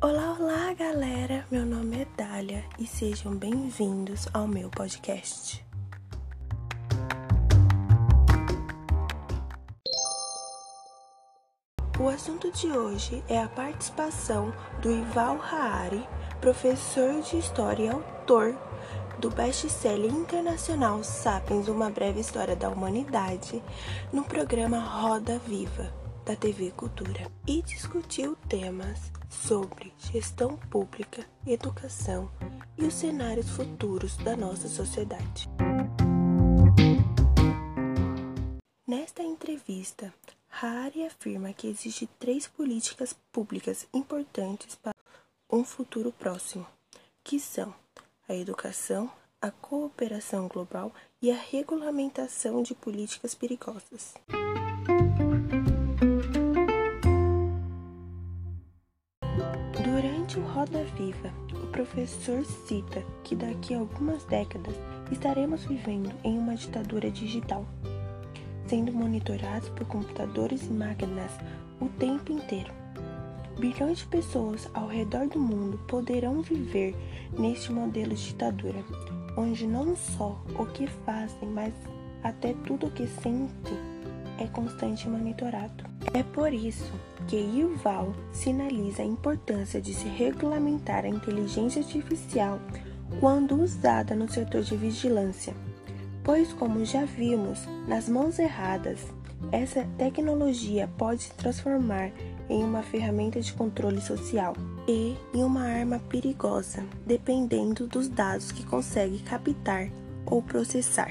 Olá, galera! Meu nome é Dália e sejam bem-vindos ao meu podcast. O assunto de hoje é a participação do Yuval Harari, professor de História e autor do best-seller internacional Sapiens, Uma Breve História da Humanidade, no programa Roda Viva, da TV Cultura, e discutiu temas sobre gestão pública, educação e os cenários futuros da nossa sociedade. Nesta entrevista, Harari afirma que existem 3 políticas públicas importantes para um futuro próximo, que são a educação, a cooperação global e a regulamentação de políticas perigosas. Durante o Roda Viva, o professor cita que daqui a algumas décadas estaremos vivendo em uma ditadura digital, sendo monitorados por computadores e máquinas o tempo inteiro. Bilhões de pessoas ao redor do mundo poderão viver neste modelo de ditadura, onde não só o que fazem, mas até tudo o que sentem é constante monitorado. É por isso que Yuval sinaliza a importância de se regulamentar a inteligência artificial quando usada no setor de vigilância, pois, como já vimos, nas mãos erradas, essa tecnologia pode se transformar em uma ferramenta de controle social e em uma arma perigosa, dependendo dos dados que consegue captar ou processar.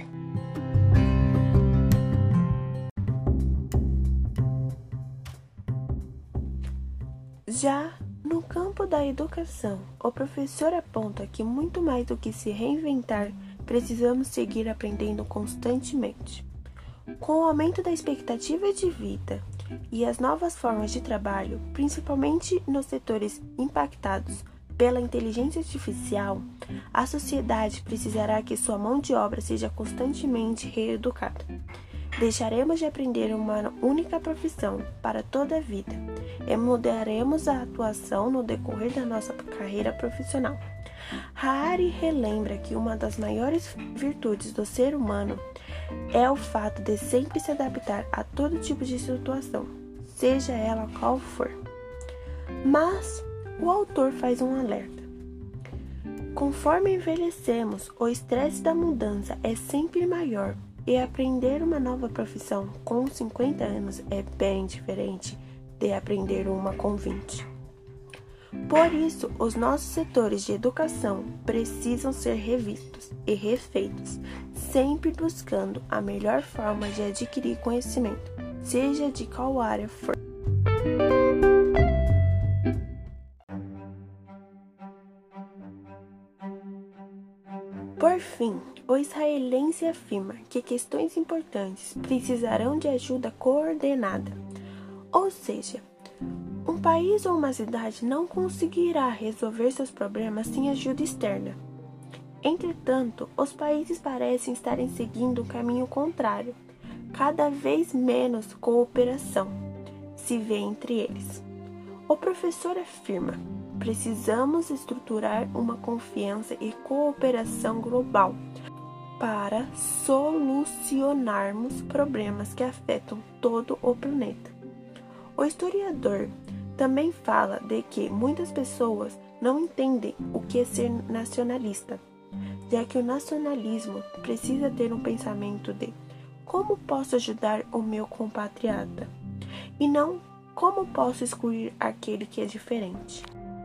Já no campo da educação, o professor aponta que muito mais do que se reinventar, precisamos seguir aprendendo constantemente. Com o aumento da expectativa de vida e as novas formas de trabalho, principalmente nos setores impactados pela inteligência artificial, a sociedade precisará que sua mão de obra seja constantemente reeducada. Deixaremos de aprender uma única profissão para toda a vida e mudaremos a atuação no decorrer da nossa carreira profissional. Harari relembra que uma das maiores virtudes do ser humano é o fato de sempre se adaptar a todo tipo de situação, seja ela qual for. Mas o autor faz um alerta. Conforme envelhecemos, o estresse da mudança é sempre maior e aprender uma nova profissão com 50 anos é bem diferente de aprender uma com 20. Por isso, os nossos setores de educação precisam ser revistos e refeitos, sempre buscando a melhor forma de adquirir conhecimento, seja de qual área for. Por fim, o israelense afirma que questões importantes precisarão de ajuda coordenada, ou seja, um país ou uma cidade não conseguirá resolver seus problemas sem ajuda externa. Entretanto, os países parecem estarem seguindo o caminho contrário. Cada vez menos cooperação se vê entre eles. O professor afirma: precisamos estruturar uma confiança e cooperação global para solucionarmos problemas que afetam todo o planeta. O historiador também fala de que muitas pessoas não entendem o que é ser nacionalista, já que o nacionalismo precisa ter um pensamento de como posso ajudar o meu compatriota, e não como posso excluir aquele que é diferente.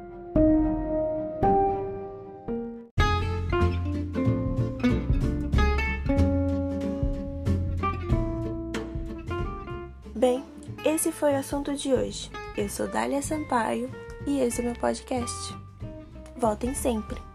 Bem, esse foi o assunto de hoje. Eu sou Dália Sampaio e esse é o meu podcast. Voltem sempre!